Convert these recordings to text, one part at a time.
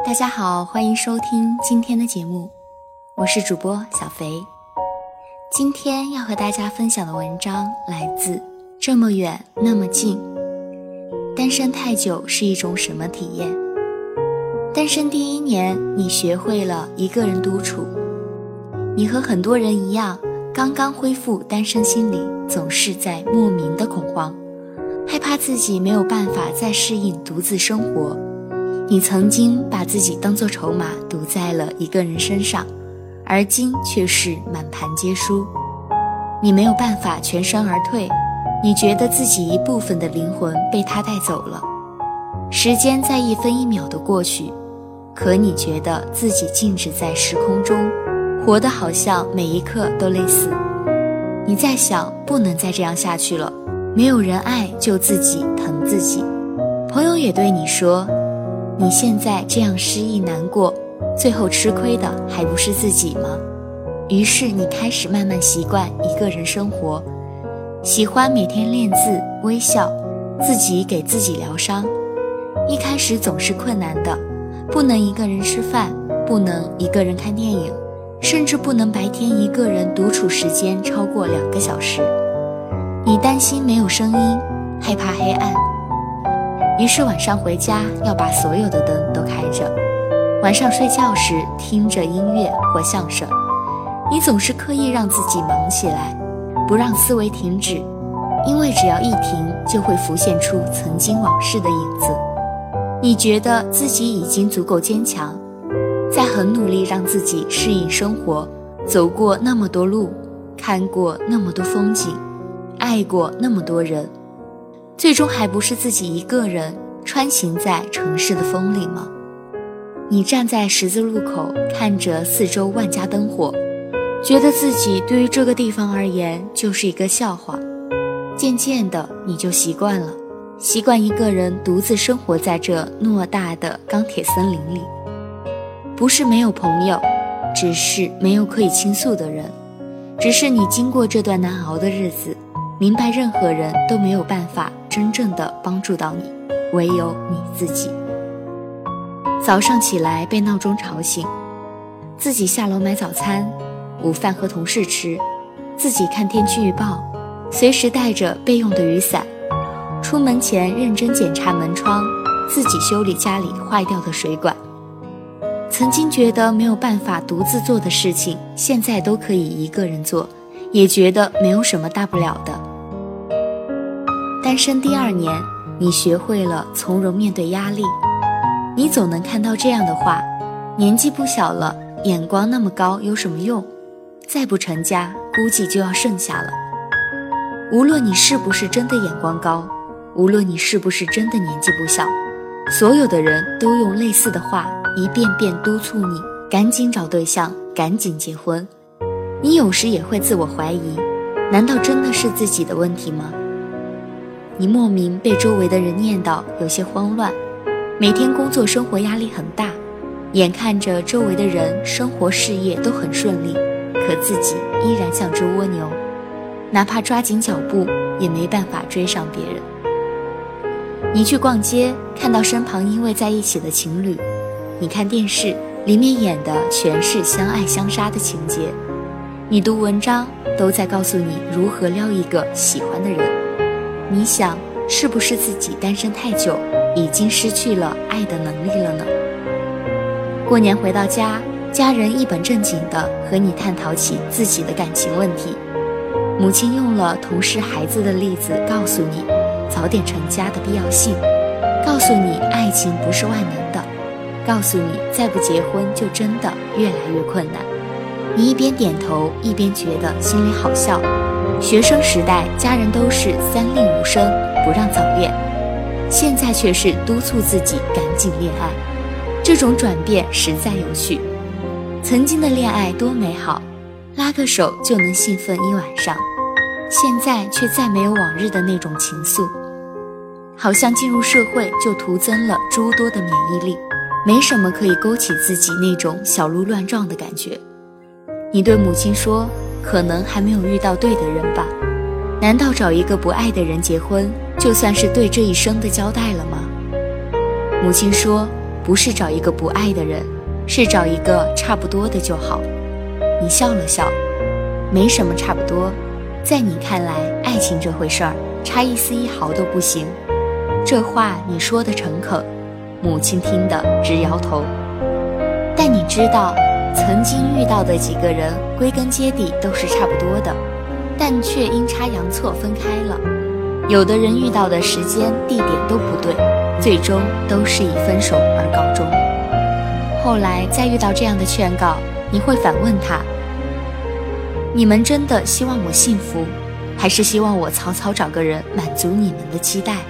大家好，欢迎收听今天的节目，我是主播小肥。今天要和大家分享的文章来自这么远那么近。单身太久是一种什么体验？单身第1年，你学会了一个人独处。你和很多人一样，刚刚恢复单身，心里总是在莫名的恐慌，害怕自己没有办法再适应独自生活。你曾经把自己当作筹码赌在了一个人身上，而今却是满盘皆输。你没有办法全身而退，你觉得自己一部分的灵魂被他带走了。时间在1分1秒的过去，可你觉得自己静止在时空中，活得好像每一刻都类似。你在想，不能再这样下去了，没有人爱就自己疼自己。朋友也对你说，你现在这样失意难过，最后吃亏的还不是自己吗？于是你开始慢慢习惯一个人生活，喜欢每天练字微笑，自己给自己疗伤。一开始总是困难的，不能一个人吃饭，不能一个人看电影，甚至不能白天一个人独处时间超过2个小时。你担心没有声音，害怕黑暗，于是晚上回家要把所有的灯都开着，晚上睡觉时听着音乐或相声。你总是刻意让自己忙起来，不让思维停止，因为只要一停，就会浮现出曾经往事的影子。你觉得自己已经足够坚强，在很努力让自己适应生活，走过那么多路，看过那么多风景，爱过那么多人，最终还不是自己一个人穿行在城市的风里吗？你站在十字路口，看着四周万家灯火，觉得自己对于这个地方而言就是一个笑话。渐渐的你就习惯了，习惯一个人独自生活在这偌大的钢铁森林里。不是没有朋友，只是没有可以倾诉的人，只是你经过这段难熬的日子，明白任何人都没有办法真正的帮助到你，唯有你自己。早上起来被闹钟吵醒，自己下楼买早餐，午饭和同事吃，自己看天气预报，随时带着备用的雨伞，出门前认真检查门窗，自己修理家里坏掉的水管。曾经觉得没有办法独自做的事情，现在都可以一个人做，也觉得没有什么大不了的。单身第2年，你学会了从容面对压力。你总能看到这样的话，年纪不小了，眼光那么高有什么用？再不成家，估计就要剩下了。无论你是不是真的眼光高，无论你是不是真的年纪不小，所有的人都用类似的话一遍遍督促你赶紧找对象，赶紧结婚。你有时也会自我怀疑，难道真的是自己的问题吗？你莫名被周围的人念叨，有些慌乱，每天工作生活压力很大，眼看着周围的人生活事业都很顺利，可自己依然像只蜗牛，哪怕抓紧脚步也没办法追上别人。你去逛街，看到身旁依偎在一起的情侣，你看电视，里面演的全是相爱相杀的情节，你读文章都在告诉你如何撩一个喜欢的人。你想，是不是自己单身太久，已经失去了爱的能力了呢？过年回到家，家人一本正经地和你探讨起自己的感情问题，母亲用了同事孩子的例子告诉你早点成家的必要性，告诉你爱情不是万能的，告诉你再不结婚就真的越来越困难。你一边点头，一边觉得心里好笑。学生时代，家人都是3令5申，不让早恋，现在却是督促自己赶紧恋爱。这种转变实在有趣。曾经的恋爱多美好，拉个手就能兴奋一晚上，现在却再没有往日的那种情愫。好像进入社会就徒增了诸多的免疫力，没什么可以勾起自己那种小鹿乱撞的感觉。你对母亲说，可能还没有遇到对的人吧？难道找一个不爱的人结婚，就算是对这一生的交代了吗？母亲说， 不是找一个不爱的人，是找一个差不多的就好。你笑了笑，没什么差不多，在你看来，爱情这回事儿，差一丝一毫都不行。这话你说的诚恳，母亲听得直摇头。但你知道，曾经遇到的几个人，归根结底都是差不多的，但却阴差阳错分开了。有的人遇到的时间、地点都不对，最终都是以分手而告终。后来再遇到这样的劝告，你会反问他：你们真的希望我幸福，还是希望我草草找个人满足你们的期待？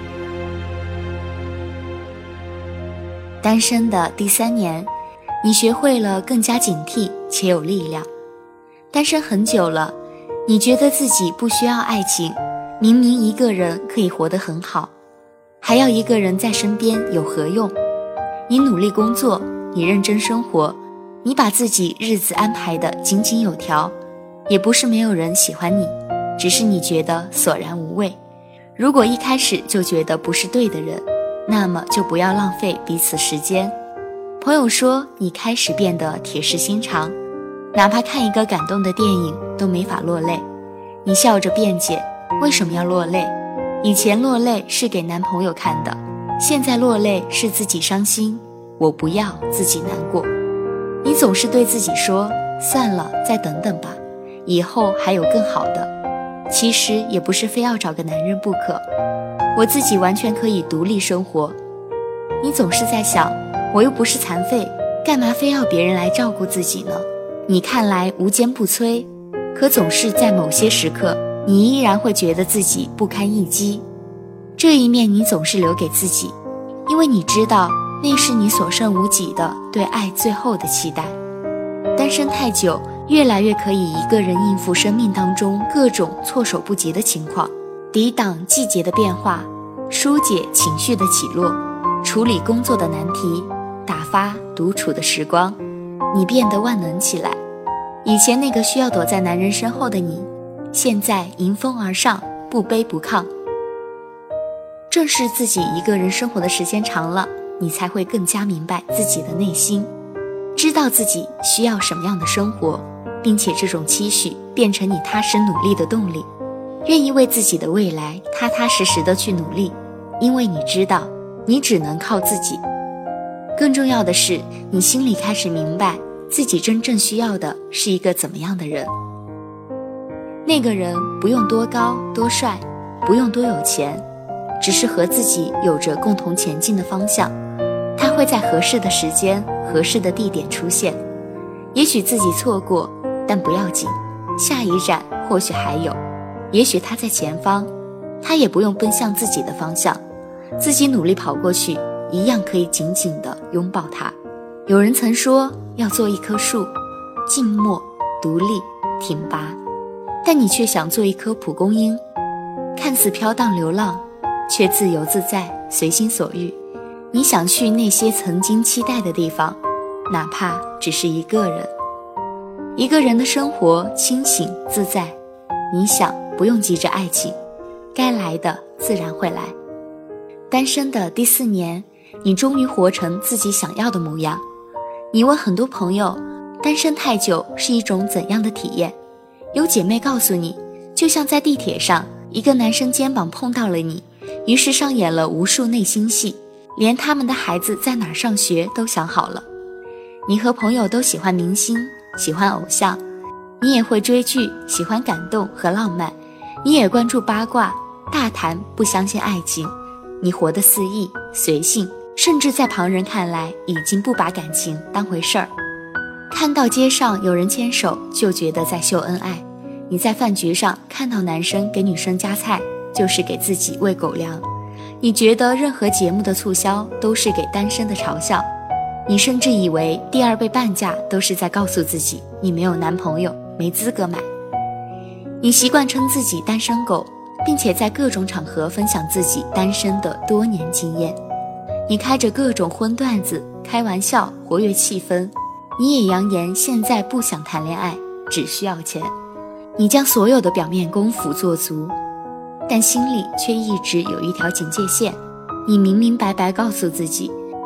单身的第3年，你学会了更加警惕且有力量。单身很久了，你觉得自己不需要爱情，明明一个人可以活得很好，还要一个人在身边有何用？你努力工作，你认真生活，你把自己日子安排得井井有条，也不是没有人喜欢你，只是你觉得索然无味。如果一开始就觉得不是对的人，那么就不要浪费彼此时间。朋友说你开始变得铁石心肠，哪怕看一个感动的电影都没法落泪。你笑着辩解，为什么要落泪？以前落泪是给男朋友看的，现在落泪是自己伤心，我不要自己难过。你总是对自己说，算了，再等等吧，以后还有更好的。其实也不是非要找个男人不可，我自己完全可以独立生活。你总是在想，我又不是残废，干嘛非要别人来照顾自己呢？你看来无坚不摧，可总是在某些时刻，你依然会觉得自己不堪一击。这一面你总是留给自己，因为你知道那是你所剩无几的对爱最后的期待。单身太久，越来越可以一个人应付生命当中各种措手不及的情况，抵挡季节的变化，疏解情绪的起落，处理工作的难题，打发独处的时光。你变得万能起来，以前那个需要躲在男人身后的你，现在迎风而上，不卑不亢。正是自己一个人生活的时间长了，你才会更加明白自己的内心，知道自己需要什么样的生活，并且这种期许变成你踏实努力的动力，愿意为自己的未来踏踏实实的去努力，因为你知道你只能靠自己。更重要的是，你心里开始明白自己真正需要的是一个怎么样的人。那个人不用多高多帅，不用多有钱，只是和自己有着共同前进的方向。他会在合适的时间、合适的地点出现。也许自己错过，但不要紧，下一站或许还有。也许他在前方，他也不用奔向自己的方向，自己努力跑过去，一样可以紧紧地拥抱他。有人曾说要做一棵树，静默、独立、挺拔，但你却想做一棵蒲公英，看似飘荡流浪，却自由自在，随心所欲。你想去那些曾经期待的地方，哪怕只是一个人。一个人的生活清醒自在，你想不用急着爱情，该来的自然会来。单身的第4年，你终于活成自己想要的模样。你问很多朋友，单身太久是一种怎样的体验？有姐妹告诉你，就像在地铁上，一个男生肩膀碰到了你，于是上演了无数内心戏，连他们的孩子在哪儿上学都想好了。你和朋友都喜欢明星，喜欢偶像，你也会追剧，喜欢感动和浪漫，你也关注八卦，大谈不相信爱情。你活得肆意随性，甚至在旁人看来已经不把感情当回事儿。看到街上有人牵手就觉得在秀恩爱，你在饭局上看到男生给女生夹菜，就是给自己喂狗粮。你觉得任何节目的促销都是给单身的嘲笑，你甚至以为第2倍半价都是在告诉自己你没有男朋友，没资格买。你习惯称自己单身狗，并且在各种场合分享自己单身的多年经验。你开着各种荤段子开玩笑，活跃气氛。你也扬言现在不想谈恋爱，只需要钱。你将所有的表面功夫做足，但心里却一直有一条警戒线。你明明白白告诉自己，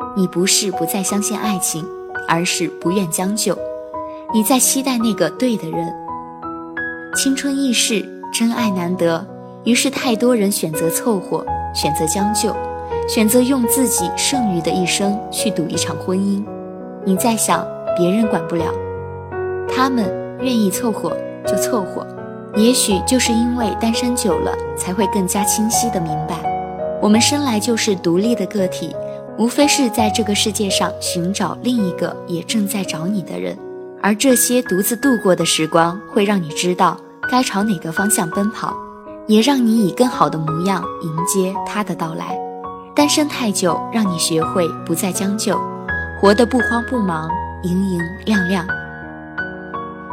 你不是不再相信爱情，而是不愿将就。你在期待那个对的人。青春易逝，真爱难得，于是太多人选择凑合，选择将就，选择用自己剩余的一生去赌一场婚姻。你在想，别人管不了，他们愿意凑合就凑合。也许就是因为单身久了，才会更加清晰地明白，我们生来就是独立的个体，无非是在这个世界上寻找另一个也正在找你的人。而这些独自度过的时光，会让你知道该朝哪个方向奔跑，也让你以更好的模样迎接他的到来。单身太久，让你学会不再将就，活得不慌不忙，莹莹亮亮。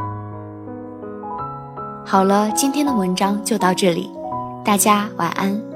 好了，今天的文章就到这里，大家晚安。